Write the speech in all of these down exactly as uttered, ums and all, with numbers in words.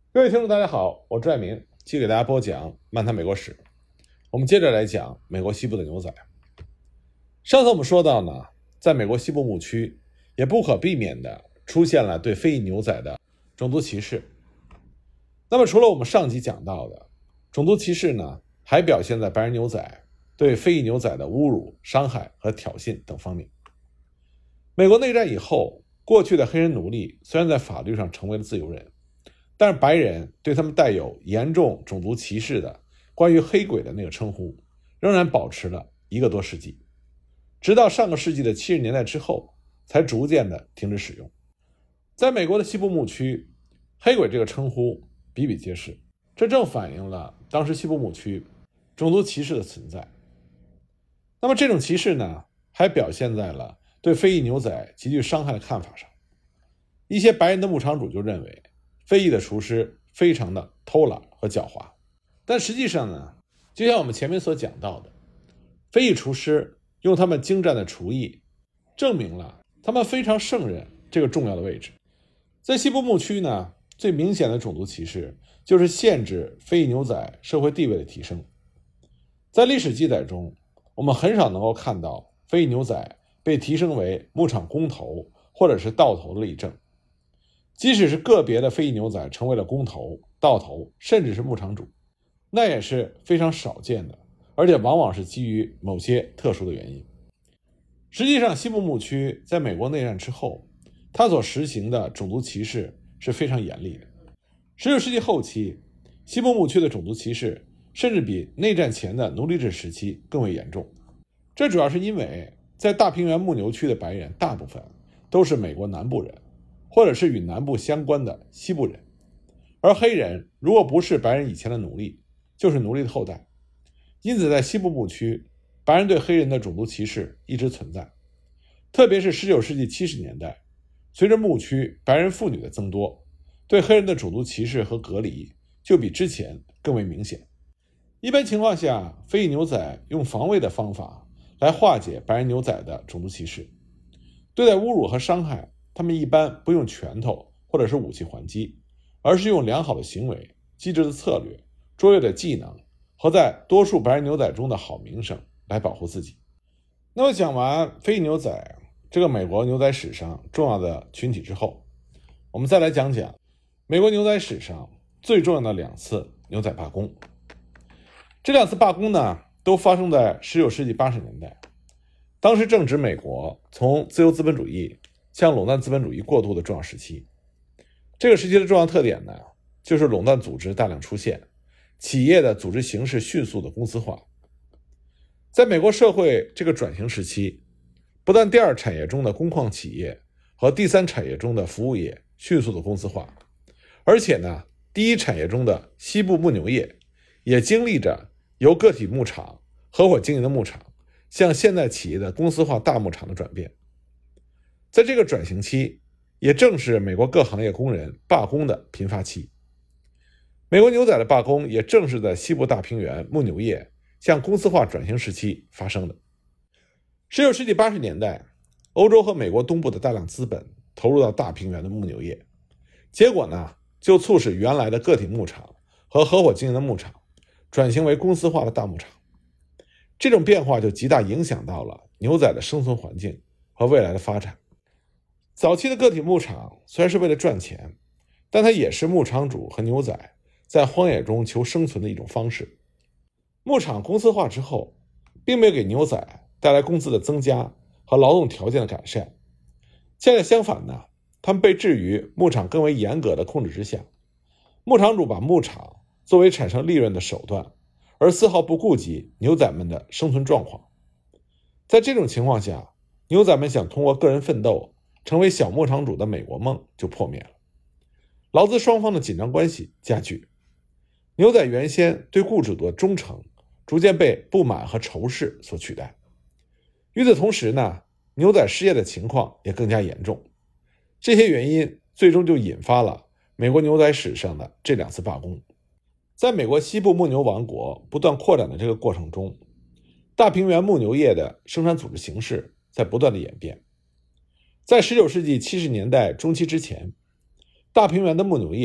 各位听众大家好，我是爱明，继续给大家播讲漫谈美国史。我们接着来讲美国西部的牛仔。上次我们说到呢，在美国西部牧区也不可避免的出现了对非裔牛仔的种族歧视。那么除了我们上集讲到的种族歧视呢，还表现在白人牛仔对非裔牛仔的侮辱、伤害和挑衅等方面。美国内战以后，过去的黑人奴隶虽然在法律上成为了自由人，但是白人对他们带有严重种族歧视的关于黑鬼的那个称呼仍然保持了一个多世纪，直到上个世纪的七十年代之后才逐渐的停止使用。在美国的西部牧区，黑鬼这个称呼比比皆是，这正反映了当时西部牧区种族歧视的存在。那么这种歧视呢，还表现在了对非裔牛仔极具伤害的看法上。一些白人的牧场主就认为非裔的厨师非常的偷懒和狡猾，但实际上呢，就像我们前面所讲到的，非裔厨师用他们精湛的厨艺证明了他们非常胜任这个重要的位置。在西部牧区呢，最明显的种族歧视就是限制非裔牛仔社会地位的提升。在历史记载中，我们很少能够看到非裔牛仔被提升为牧场工头或者是盗头的例证。即使是个别的非裔牛仔成为了工头、盗头，甚至是牧场主，那也是非常少见的，而且往往是基于某些特殊的原因。实际上，西部牧区在美国内战之后，它所实行的种族歧视是非常严厉的。十九世纪后期，西部牧区的种族歧视甚至比内战前的奴隶制时期更为严重。这主要是因为在大平原牧牛区的白人大部分都是美国南部人，或者是与南部相关的西部人，而黑人如果不是白人以前的奴隶，就是奴隶的后代。因此在西部牧区，白人对黑人的种族歧视一直存在。特别是十九世纪七十年代，随着牧区白人妇女的增多，对黑人的种族歧视和隔离就比之前更为明显。一般情况下，非裔牛仔用防卫的方法来化解白人牛仔的种族歧视。对待侮辱和伤害，他们一般不用拳头或者是武器还击，而是用良好的行为、机智的策略、卓越的技能和在多数白人牛仔中的好名声来保护自己。那么讲完非裔牛仔这个美国牛仔史上重要的群体之后，我们再来讲讲美国牛仔史上最重要的两次牛仔罢工。这两次罢工呢，都发生在十九世纪八十年代，当时正值美国从自由资本主义向垄断资本主义过渡的重要时期。这个时期的重要特点呢，就是垄断组织大量出现，企业的组织形式迅速的公司化。在美国社会这个转型时期，不但第二产业中的工矿企业和第三产业中的服务业迅速的公司化，而且呢，第一产业中的西部牧牛业也经历着由个体牧场、合伙经营的牧场向现代企业的公司化大牧场的转变。在这个转型期，也正是美国各行业工人罢工的频发期。美国牛仔的罢工也正是在西部大平原牧牛业向公司化转型时期发生的。十九世纪八十年代，欧洲和美国东部的大量资本投入到大平原的牧牛业，结果呢，就促使原来的个体牧场和合伙经营的牧场转型为公司化的大牧场。这种变化就极大影响到了牛仔的生存环境和未来的发展。早期的个体牧场虽然是为了赚钱，但它也是牧场主和牛仔在荒野中求生存的一种方式。牧场公司化之后，并没有给牛仔带来工资的增加和劳动条件的改善，恰恰相反呢，他们被置于牧场更为严格的控制之下。牧场主把牧场作为产生利润的手段，而丝毫不顾及牛仔们的生存状况。在这种情况下，牛仔们想通过个人奋斗成为小牧场主的美国梦就破灭了。劳资双方的紧张关系加剧，牛仔原先对雇主的忠诚逐渐被不满和仇视所取代。与此同时呢，牛仔失业的情况也更加严重。这些原因最终就引发了美国牛仔史上的这两次罢工。在美国西部牧牛王国不断扩展的这个过程中，大平原牧牛业的生产组织形式在不断的演变。在十九世纪七十年代中期之前，大平原的牧牛业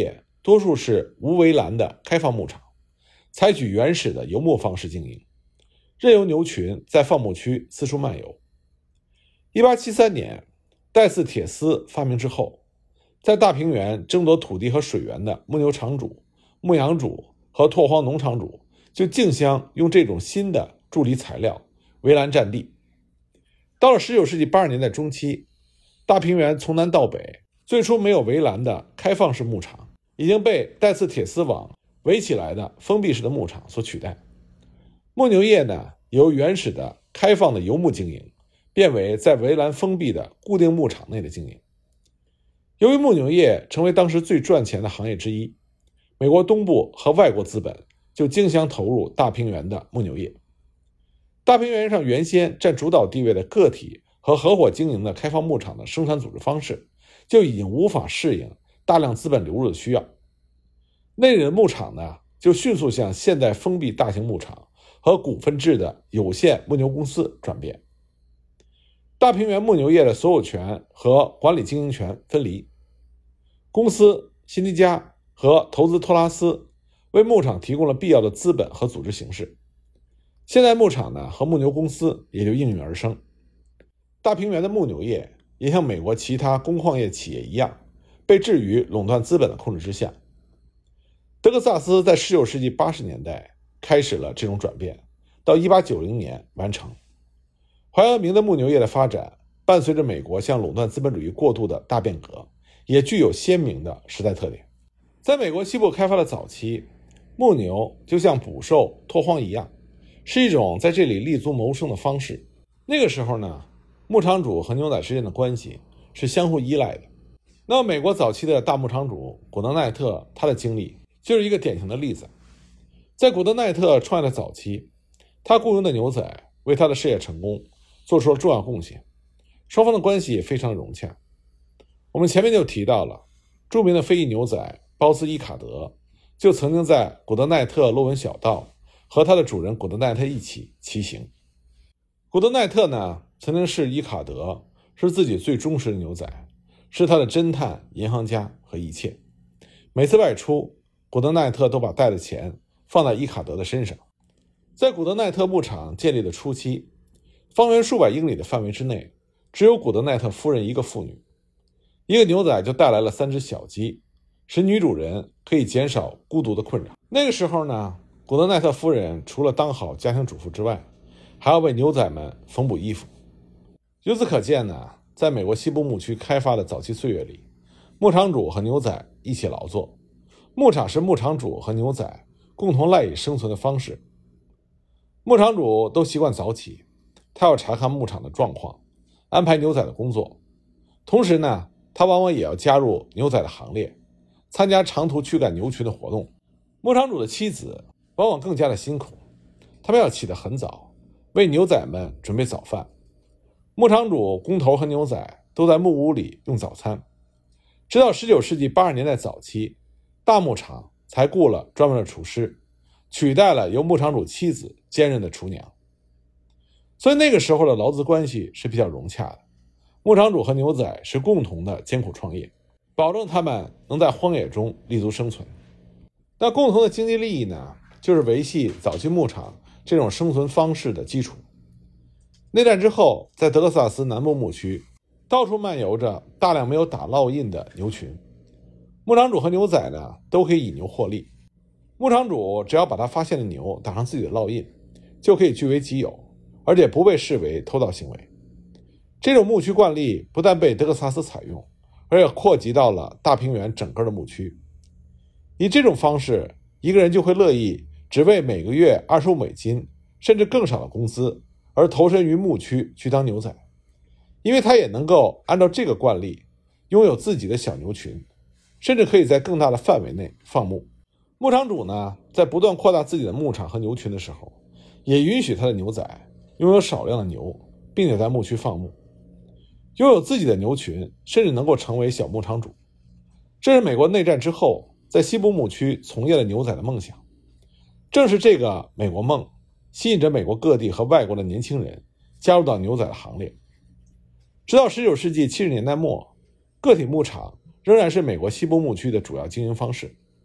多数是无围栏的开放牧场，采取原始的游牧方式经营，任由牛群在放牧区四处漫游。一八七三年，戴斯铁丝发明之后，在大平原争夺土地和水源的牧牛场主、牧羊主和拓荒农场主就竞相用这种新的筑篱材料围栏占地。到了十九世纪八十年代中期，大平原从南到北最初没有围栏的开放式牧场已经被带刺铁丝网围起来的封闭式的牧场所取代。牧牛业呢，由原始的开放的游牧经营变为在围栏封闭的固定牧场内的经营。由于牧牛业成为当时最赚钱的行业之一，美国东部和外国资本就竞相投入大平原的牧牛业。大平原上原先占主导地位的个体和合伙经营的开放牧场的生产组织方式就已经无法适应大量资本流入的需要。那里的牧场呢，就迅速向现代封闭大型牧场和股份制的有限牧牛公司转变。大平原牧牛业的所有权和管理经营权分离，公司辛迪加和投资托拉斯为牧场提供了必要的资本和组织形式。现代牧场呢和牧牛公司也就应运而生。大平原的牧牛业也像美国其他工矿业企业一样，被置于垄断资本的控制之下。德克萨斯在十九世纪八十年代开始了这种转变，到一八九零年完成。怀俄明的牧牛业的发展伴随着美国向垄断资本主义过渡的大变革，也具有鲜明的时代特点。在美国西部开发的早期，牧牛就像捕兽拓荒一样，是一种在这里立足谋生的方式。那个时候呢，牧场主和牛仔之间的关系是相互依赖的。那么美国早期的大牧场主古德奈特，他的经历就是一个典型的例子。在古德奈特创业的早期，他雇佣的牛仔为他的事业成功做出了重要贡献，双方的关系也非常融洽。我们前面就提到了著名的非裔牛仔包斯伊卡德就曾经在古德奈特洛文小道和他的主人古德奈特一起骑行。古德奈特呢，曾经视伊卡德是自己最忠实的牛仔，是他的侦探、银行家和一切。每次外出，古德奈特都把带的钱放在伊卡德的身上。在古德奈特牧场建立的初期，方圆数百英里的范围之内，只有古德奈特夫人一个妇女。一个牛仔就带来了三只小鸡，使女主人可以减少孤独的困扰。那个时候呢，古德奈特夫人除了当好家庭主妇之外，还要为牛仔们缝补衣服。由此可见呢，在美国西部牧区开发的早期岁月里，牧场主和牛仔一起劳作，牧场是牧场主和牛仔共同赖以生存的方式。牧场主都习惯早起，他要查看牧场的状况，安排牛仔的工作，同时呢，他往往也要加入牛仔的行列，参加长途驱赶牛群的活动。牧场主的妻子往往更加的辛苦，他们要起得很早，为牛仔们准备早饭。牧场主、工头和牛仔都在木屋里用早餐。直到十九世纪八十年代早期，大牧场才雇了专门的厨师，取代了由牧场主妻子兼任的厨娘。所以那个时候的劳资关系是比较融洽的，牧场主和牛仔是共同的艰苦创业，保证他们能在荒野中立足生存。那共同的经济利益呢，就是维系早期牧场这种生存方式的基础。内战之后，在德克萨斯南部牧区到处漫游着大量没有打烙印的牛群，牧场主和牛仔呢都可以引牛获利。牧场主只要把他发现的牛打上自己的烙印，就可以据为己有，而且不被视为偷盗行为。这种牧区惯例不但被德克萨斯采用，而且扩及到了大平原整个的牧区。以这种方式，一个人就会乐意只为每个月二十五美金甚至更少的工资而投身于牧区去当牛仔，因为他也能够按照这个惯例拥有自己的小牛群，甚至可以在更大的范围内放牧。牧场主呢，在不断扩大自己的牧场和牛群的时候，也允许他的牛仔拥有少量的牛，并且在牧区放牧。拥有自己的牛群，甚至能够成为小牧场主。这是美国内战之后在西部牧区从业的牛仔的梦想。正是这个美国梦吸引着美国各地和外国的年轻人加入到牛仔的行列。直到十九世纪七十年代末，个体牧场仍然是美国西部牧区的主要经营方式。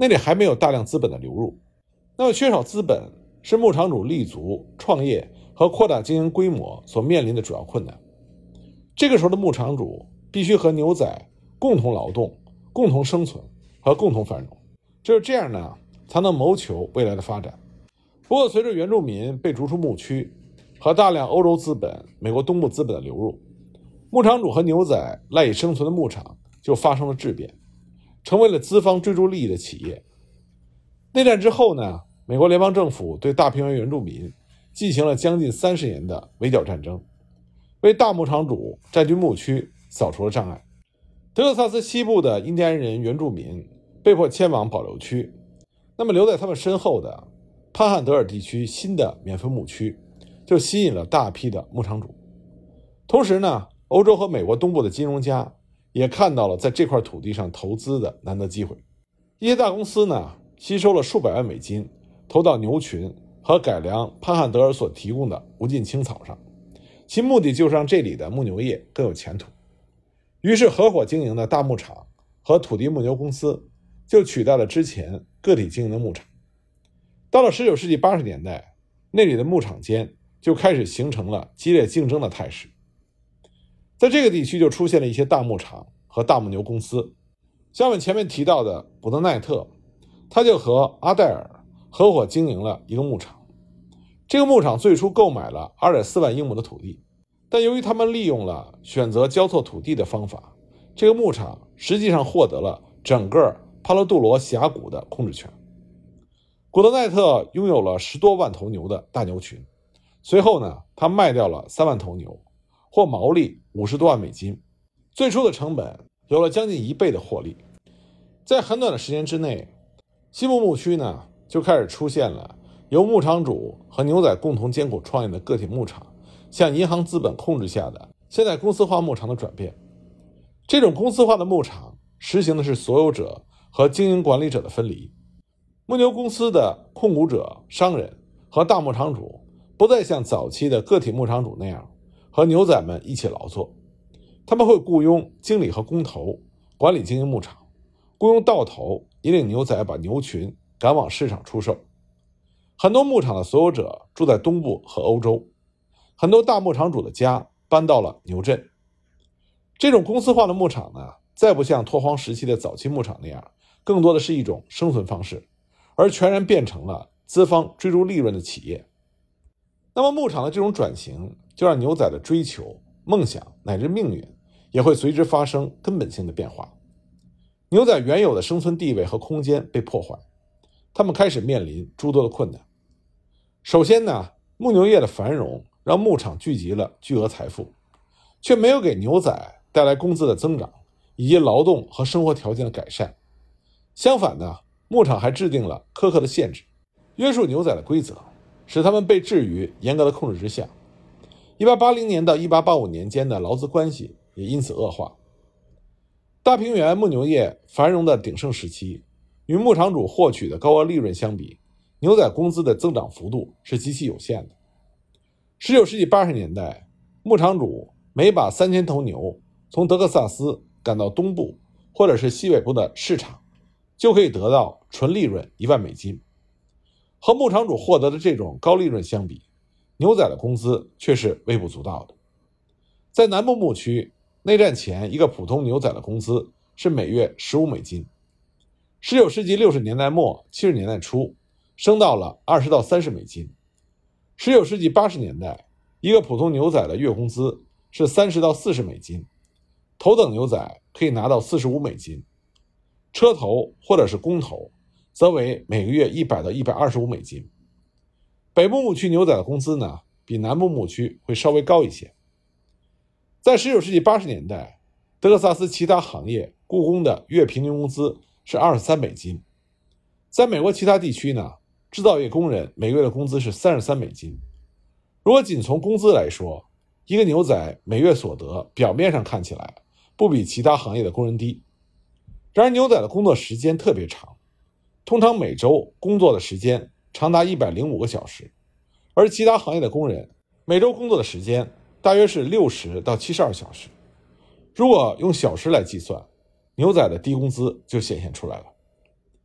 那里还没有大量资本的流入。那么缺少资本是牧场主立足、创业和扩大经营规模所面临的主要困难。这个时候的牧场主必须和牛仔共同劳动、共同生存和共同繁荣，只有这样呢，才能谋求未来的发展。不过随着原住民被逐出牧区和大量欧洲资本、美国东部资本的流入，牧场主和牛仔赖以生存的牧场就发生了质变，成为了资方追逐利益的企业。内战之后呢，美国联邦政府对大平原原住民进行了将近三十年的围剿战争，为大牧场主占据牧区扫除了障碍。德克萨斯西部的印第安人原住民被迫迁往保留区，那么留在他们身后的潘汉德尔地区新的免费牧区就吸引了大批的牧场主。同时呢，欧洲和美国东部的金融家也看到了在这块土地上投资的难得机会。一些大公司呢，吸收了数百万美金投到牛群和改良潘汉德尔所提供的无尽青草上，其目的就是让这里的牧牛业更有前途。于是合伙经营的大牧场和土地牧牛公司就取代了之前个体经营的牧场。到了十九世纪八十年代，那里的牧场间就开始形成了激烈竞争的态势。在这个地区就出现了一些大牧场和大牧牛公司，像我们前面提到的古德奈特，他就和阿戴尔合伙经营了一个牧场。这个牧场最初购买了 二点四万英亩的土地，但由于他们利用了选择交错土地的方法，这个牧场实际上获得了整个帕罗杜罗峡谷的控制权。古德奈特拥有了十多万头牛的大牛群，随后呢，他卖掉了三万头牛，或毛利五十多万美金，最初的成本有了将近一倍的获利。在很短的时间之内，西部牧区呢就开始出现了由牧场主和牛仔共同艰苦创业的个体牧场向银行资本控制下的现代公司化牧场的转变。这种公司化的牧场实行的是所有者和经营管理者的分离。牧牛公司的控股者、商人和大牧场主不再像早期的个体牧场主那样和牛仔们一起劳作，他们会雇佣经理和工头管理经营牧场，雇佣道头引领牛仔把牛群赶往市场出售。很多牧场的所有者住在东部和欧洲，很多大牧场主的家搬到了牛镇。这种公司化的牧场呢，再不像拓荒时期的早期牧场那样，更多的是一种生存方式，而全然变成了资方追逐利润的企业。那么牧场的这种转型就让牛仔的追求、梦想乃至命运也会随之发生根本性的变化。牛仔原有的生存地位和空间被破坏，他们开始面临诸多的困难。首先呢，牧牛业的繁荣让牧场聚集了巨额财富，却没有给牛仔带来工资的增长以及劳动和生活条件的改善。相反呢，牧场还制定了苛刻的限制，约束牛仔的规则，使他们被置于严格的控制之下。一八八零年到一八八五年间的劳资关系也因此恶化。大平原牧牛业繁荣的鼎盛时期，与牧场主获取的高额利润相比，牛仔工资的增长幅度是极其有限的。十九世纪八十年代，牧场主每把三千头牛从德克萨斯赶到东部或者是西北部的市场，就可以得到纯利润一万美金。和牧场主获得的这种高利润相比，牛仔的工资却是微不足道的。在南部牧区，内战前一个普通牛仔的工资是每月十五美金，十九世纪六十年代末七十年代初升到了二十到三十美金。十九世纪八十年代，一个普通牛仔的月工资是三十到四十美金，头等牛仔可以拿到四十五美金，车头或者是工头则为每个月一百到一百二十五美金。北部牧区牛仔的工资呢，比南部牧区会稍微高一些。在十九世纪八十年代，德克萨斯其他行业雇工的月平均工资是二十三美金。在美国其他地区呢，制造业工人每个月的工资是三十三美金。如果仅从工资来说，一个牛仔每月所得表面上看起来不比其他行业的工人低。然而牛仔的工作时间特别长，通常每周工作的时间长达一百零五个小时，而其他行业的工人每周工作的时间大约是六十到七十二小时。如果用小时来计算，牛仔的低工资就显现出来了。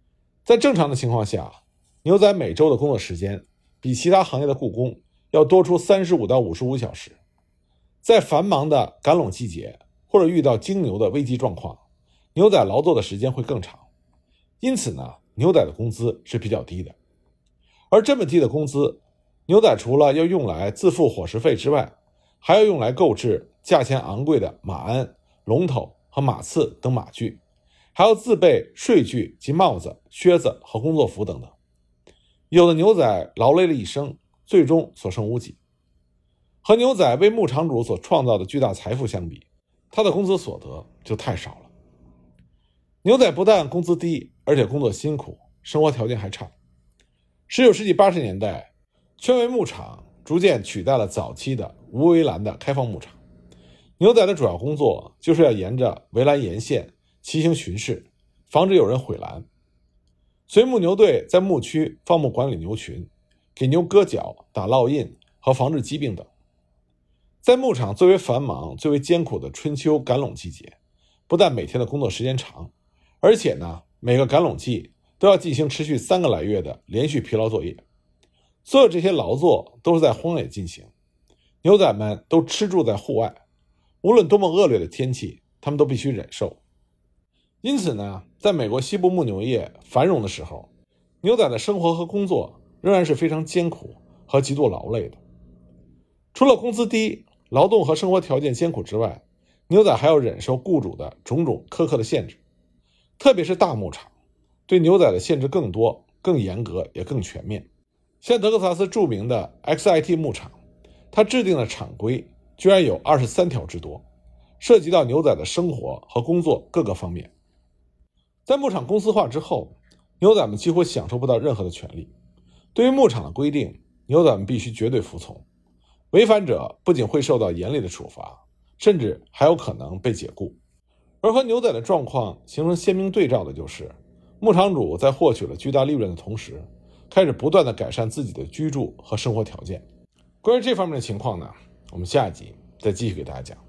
在正常的情况下，牛仔每周的工作时间比其他行业的雇工要多出三十五到五十五小时。在繁忙的赶垄季节或者遇到经牛的危机状况，牛仔劳作的时间会更长，因此呢，牛仔的工资是比较低的。而这么低的工资，牛仔除了要用来自付伙食费之外，还要用来购置价钱昂贵的马鞍、龙头和马刺等马具，还要自备睡具及帽子、靴子和工作服等等。有的牛仔劳累了一生，最终所剩无几。和牛仔为牧场主所创造的巨大财富相比，他的工资所得就太少了。牛仔不但工资低，而且工作辛苦，生活条件还差。十九世纪八十年代，圈围牧场逐渐取代了早期的无围栏的开放牧场。牛仔的主要工作就是要沿着围栏沿线骑行巡视，防止有人毁栏。随牧牛队在牧区放牧管理牛群，给牛割角、打烙印和防治疾病等。在牧场最为繁忙、最为艰苦的春秋赶垄季节，不但每天的工作时间长，而且呢，每个赶垄季都要进行持续三个来月的连续疲劳作业。所有这些劳作都是在荒野进行，牛仔们都吃住在户外，无论多么恶劣的天气，他们都必须忍受。因此呢，在美国西部牧牛业繁荣的时候，牛仔的生活和工作仍然是非常艰苦和极度劳累的。除了工资低、劳动和生活条件艰苦之外，牛仔还要忍受雇主的种种苛刻的限制，特别是大牧场对牛仔的限制更多、更严格也更全面。像德克萨斯著名的 X I T 牧场，它制定的厂规居然有二十三条之多，涉及到牛仔的生活和工作各个方面。在牧场公司化之后，牛仔们几乎享受不到任何的权利。对于牧场的规定，牛仔们必须绝对服从，违反者不仅会受到严厉的处罚，甚至还有可能被解雇。而和牛仔的状况形成鲜明对照的就是，牧场主在获取了巨大利润的同时，开始不断地改善自己的居住和生活条件。关于这方面的情况呢，我们下一集再继续给大家讲。